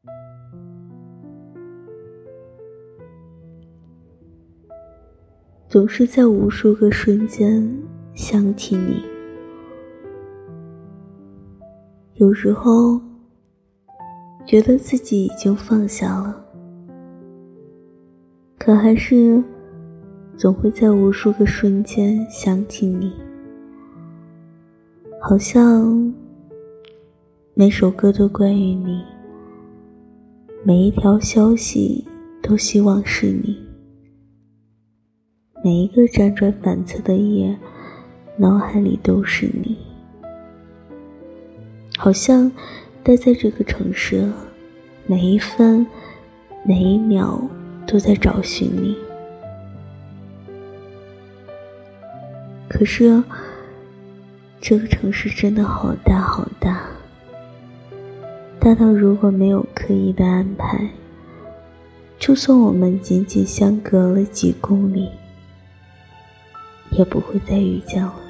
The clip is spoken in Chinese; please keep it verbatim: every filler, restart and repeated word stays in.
总是在无数个瞬间想起你。有时候觉得自己已经放下了，可还是总会在无数个瞬间想起你。好像每首歌都关于你，每一条消息都希望是你，每一个辗转反侧的夜，脑海里都是你。好像待在这个城市，每一分每一秒都在找寻你。可是这个城市真的好大好大，大到如果没有刻意的安排，就算我们仅仅相隔了几公里，也不会再遇见了。